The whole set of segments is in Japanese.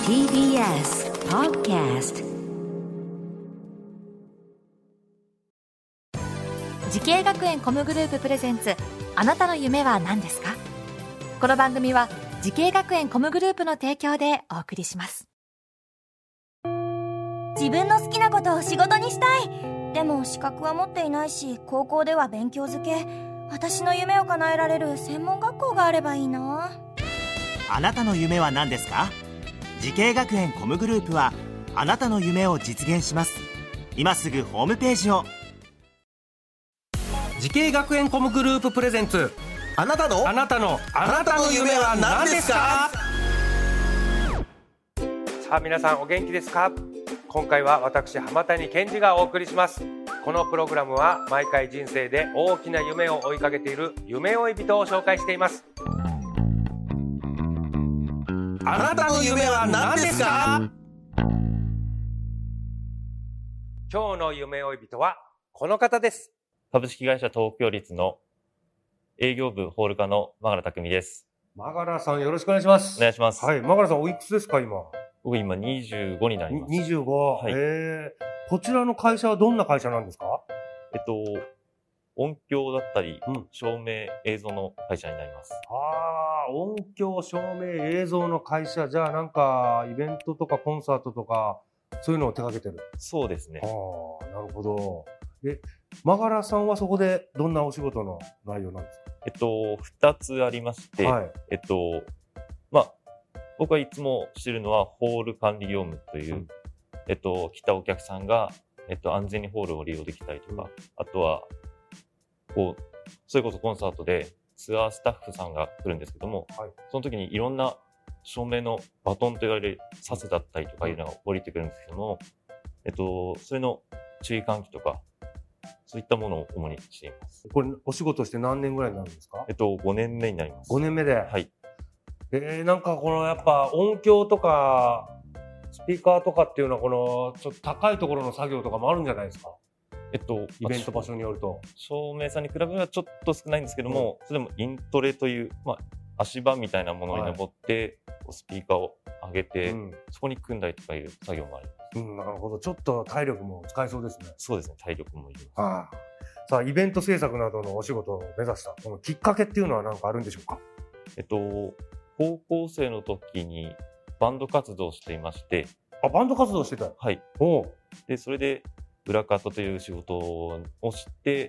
TBS Podcast。 時系学園コムグループプレゼンツ、あなたの夢は何ですか？この番組は時系学園コムグループの提供でお送りします。 自分の好きなことを仕事にしたい。でも資格は持っていないし、高校では勉強づけ。私の夢を叶えられる専門学校があればいいな。 あなたの夢は何ですか？時系学園コムグループはあなたの夢を実現します。今すぐホームページを。 時系学園コムグループプレゼンツ、 あなたの夢は何ですか？ さあ皆さんお元気ですか？今回は私浜谷健二がお送りします。このプログラムは毎回人生で大きな夢を追いかけている夢追い人を紹介しています。 あなたの夢は何ですか？ 今日の夢追い人はこの方です。 株式会社東京立の営業部ホール課の真柄匠です。 真柄さんよろしくお願いします。 お願いします。 はい、真柄さんおいくつですか今？ 僕今25になります。 25、 はい。 こちらの会社はどんな会社なんですか？ 音響だったり、照明、映像の会社になります。 音響、照明、映像の会社。じゃあなんかイベントとかコンサートとかそういうのを手掛けてる？ そうですね。 なるほど。真柄さんはそこでどんなお仕事の内容なんですか ？2つありまして、 はい。 僕はいつもしてるのはホール管理業務という、来たお客さんが、安全にホールを利用できたりとか、あとは、それこそコンサートでツアースタッフさんが来るんですけども、 はい、 その時にいろんな照明のバトンと言われるサスだったりとかいうのが降りてくるんですけども、それの注意喚起とか、そういったものを主にしています。 これお仕事して何年ぐらいになるんですか ？5年目になります。 5年目で。 はい。 なんかこのやっぱ音響とかスピーカーとかっていうのはこのちょっと高いところの作業とかもあるんじゃないですか？イベント場所によると。 照明さんに比べればちょっと少ないんですけども、それでもイントレという、足場みたいなものに登って、スピーカーを上げて、そこに組んだりとかいう作業もあります。 なるほど。ちょっと体力も使えそうですね。 そうですね。体力もいります。さあ、イベント制作などのお仕事を目指したこのきっかけっていうのは何かあるんでしょうか？ 高校生の時にバンド活動をしていまして。 バンド活動してた？ はい。で、それで裏方という仕事をして、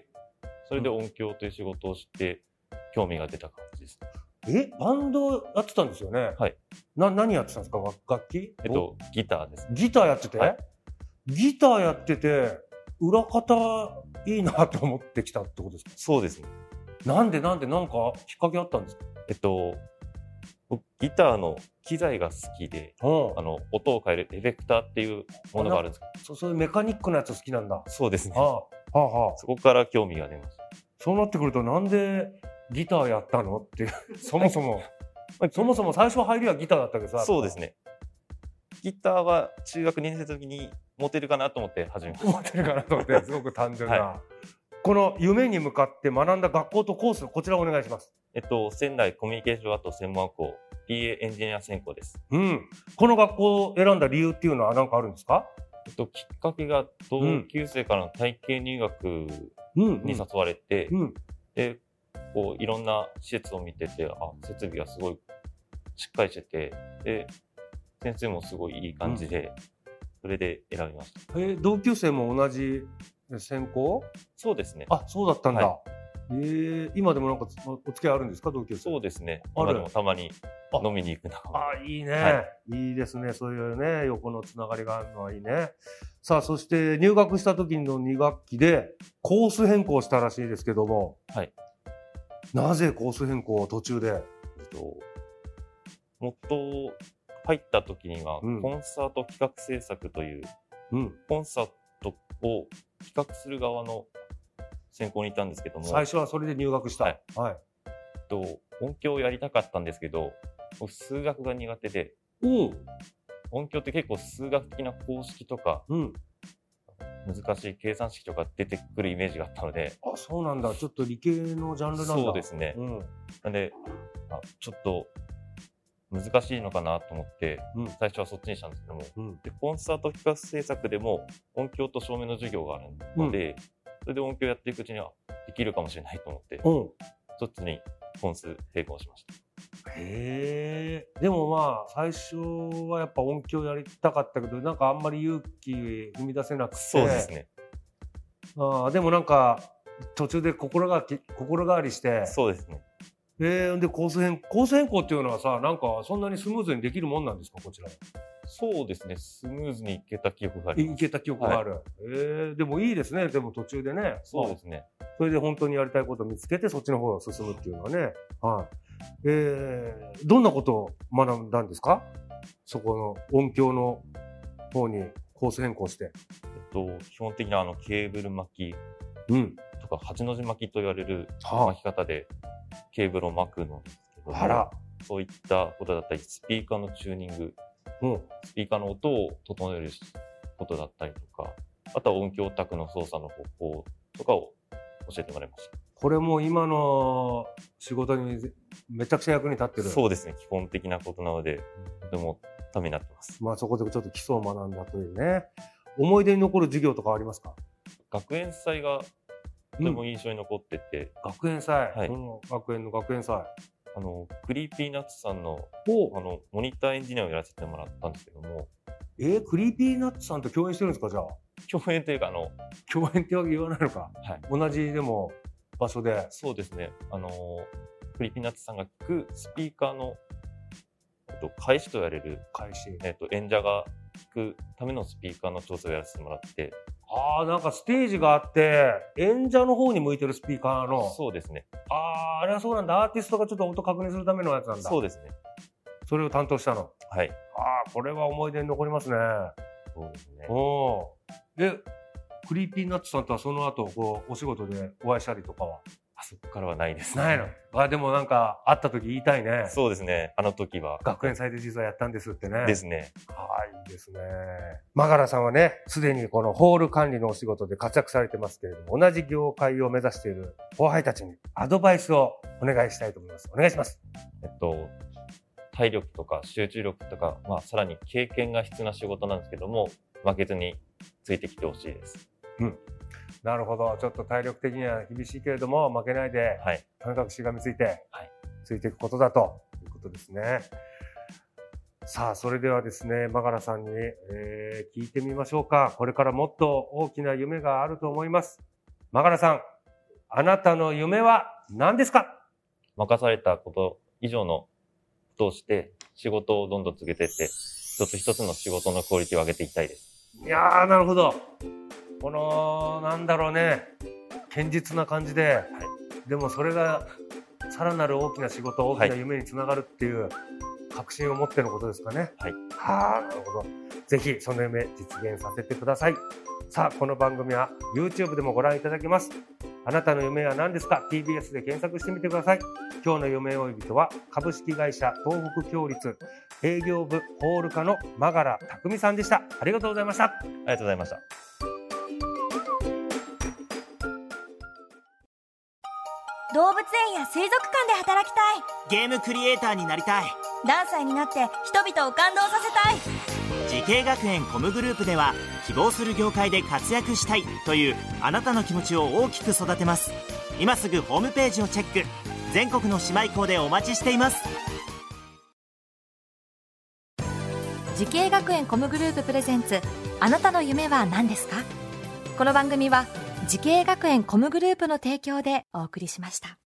それで音響という仕事をして、興味が出た感じです。 バンドやってたんですよね？ はい。 何やってたんですか？楽器？ ギターです。 ギターやってて？はい、ギターやってて、裏方いいなと思ってきたってことですか？ そうですね。 なんかきっかけあったんですか？ 僕ギターの機材が好きで、音を変えるエフェクターっていうものがあるんですけど。そういうメカニックなやつ好きなんだ。 そうですね。そこから興味が出ました。 そうなってくるとなんでギターやったのってそもそも最初は入りはギターだったけどさ。 そうですね。ギターは中学2年生の時に持てるかなと思って始めました。 持てるかなと思ってすごく単純な、この夢に向かって学んだ学校とコース、こちらお願いします。 仙台コミュニケーションアート専門学校 PA エンジニア専攻です。 この学校を選んだ理由っていうのは何かあるんですか？ きっかけが同級生からの体系入学に誘われて、でいろんな施設を見てて、設備がすごいしっかりしてて、で先生もすごいいい感じで、それで選びました。 同級生も同じ専攻？そうですね。そうだったんだ。今でもなんかお付き合いあるんですか？同級生。 そうですね。今でもたまに飲みに行くな。 いいね、いいですね。そういうね、横のつながりがあるのはいいね。さあ、そして入学した時の2学期でコース変更したらしいですけども、なぜコース変更を途中で？ 元入った時には、コンサート企画制作という、コンサートを企画する側の専攻にいたんですけども、 最初はそれで入学した。 音響をやりたかったんですけど、僕数学が苦手で、音響って結構数学的な公式とか、難しい計算式とか出てくるイメージがあったので。 そうなんだ。ちょっと理系のジャンルなんだ。 そうですね。なんで、ちょっと難しいのかなと思って、最初はそっちにしたんですけども、でコンサート企画制作でも音響と照明の授業があるので、それで音響やっていくうちにはできるかもしれないと思って、そっちに本数並行しました。 へえ。でもまあ最初はやっぱ音響やりたかったけど、なんかあんまり勇気踏み出せなくて。 そうですね。 でもなんか途中で心変わりして。 そうですね。 でコース変更っていうのはさ、なんかそんなにスムーズにできるもんなんですか、こちらは。 そうですね、スムーズにいけた記憶があります。 いけた記憶がある。でもいいですね、でも途中でね。 そうですね。 それで本当にやりたいことを見つけて、そっちの方が進むっていうのはね。どんなことを学んだんですか？そこの音響の方にコース変更して。 基本的なケーブル巻きとか、8の字巻きと言われる巻き方でケーブルを巻くのですけども、そういったことだったり、スピーカーのチューニング、スピーカーの音を整えることだったりとか、あとは音響卓の操作の方法とかを教えてもらいました。 これも今の仕事にめちゃくちゃ役に立ってる。 そうですね、基本的なことなので、とてもためになってます。 まあそこでちょっと基礎を学んだというね。思い出に残る授業とかありますか？ 学園祭がとても印象に残ってて。 学園祭、学園の学園祭。 クリーピーナッツさんのモニターエンジニアをやらせてもらったんですけども。 クリーピーナッツさんと共演してるんですか？じゃあ共演というか共演ってわけ言わないのか。同じでも場所で。 そうですね。クリーピーナッツさんが聞くスピーカーの返しと言われる演者が聞くためのスピーカーの調整をやらせてもらって。 なんかステージがあって演者の方に向いてるスピーカーの。 そうですね。 あれはそうなんだ。アーティストがちょっと音確認するためのやつなんだ。 そうですね。 それを担当したの。 はい。 これは思い出に残りますね。 そうですね。 でクリーピーナッツさんとはその後お仕事でお会いしたりとかは？ そこからはないですね。 ないの？でもなんか会った時言いたいね。 そうですね。あの時は学園祭で実はやったんですってね。 ですね。 いいですね。マガラさんはね、すでにこのホール管理のお仕事で活躍されてますけれども、同じ業界を目指している後輩たちにアドバイスをお願いしたいと思います。お願いします。 体力とか集中力とか、さらに経験が必要な仕事なんですけども、負けずについてきてほしいです。 なるほど。ちょっと体力的には厳しいけれども負けないで、とにかくしがみついて、ついていくことだということですね。さあ、それではですね、マガラさんに、聞いてみましょうか。これからもっと大きな夢があると思います。マガラさん、あなたの夢は何ですか？ 任されたこと以上のことをして仕事をどんどん続けていって、一つ一つの仕事のクオリティを上げていきたいです。 いやー、なるほど。このなんだろうね、堅実な感じで、でもそれがさらなる大きな仕事、大きな夢につながるっていう確信を持ってのことですかね。なるほど。ぜひその夢実現させてください。さあ、この番組は YouTube でもご覧いただけます。あなたの夢は何ですか？ TBS で検索してみてください。今日の夢追い人は株式会社東北共立営業部ホール課のマガラ匠さんでした。ありがとうございました。 ありがとうございました。 動物園や水族館で働きたい。 ゲームクリエイターになりたい。 何歳になって人々を感動させたい。 時系学園コムグループでは希望する業界で活躍したいというあなたの気持ちを大きく育てます。今すぐホームページをチェック。全国の姉妹校でお待ちしています。 時系学園コムグループプレゼンツ、あなたの夢は何ですか？この番組は時系学園コムグループの提供でお送りしました。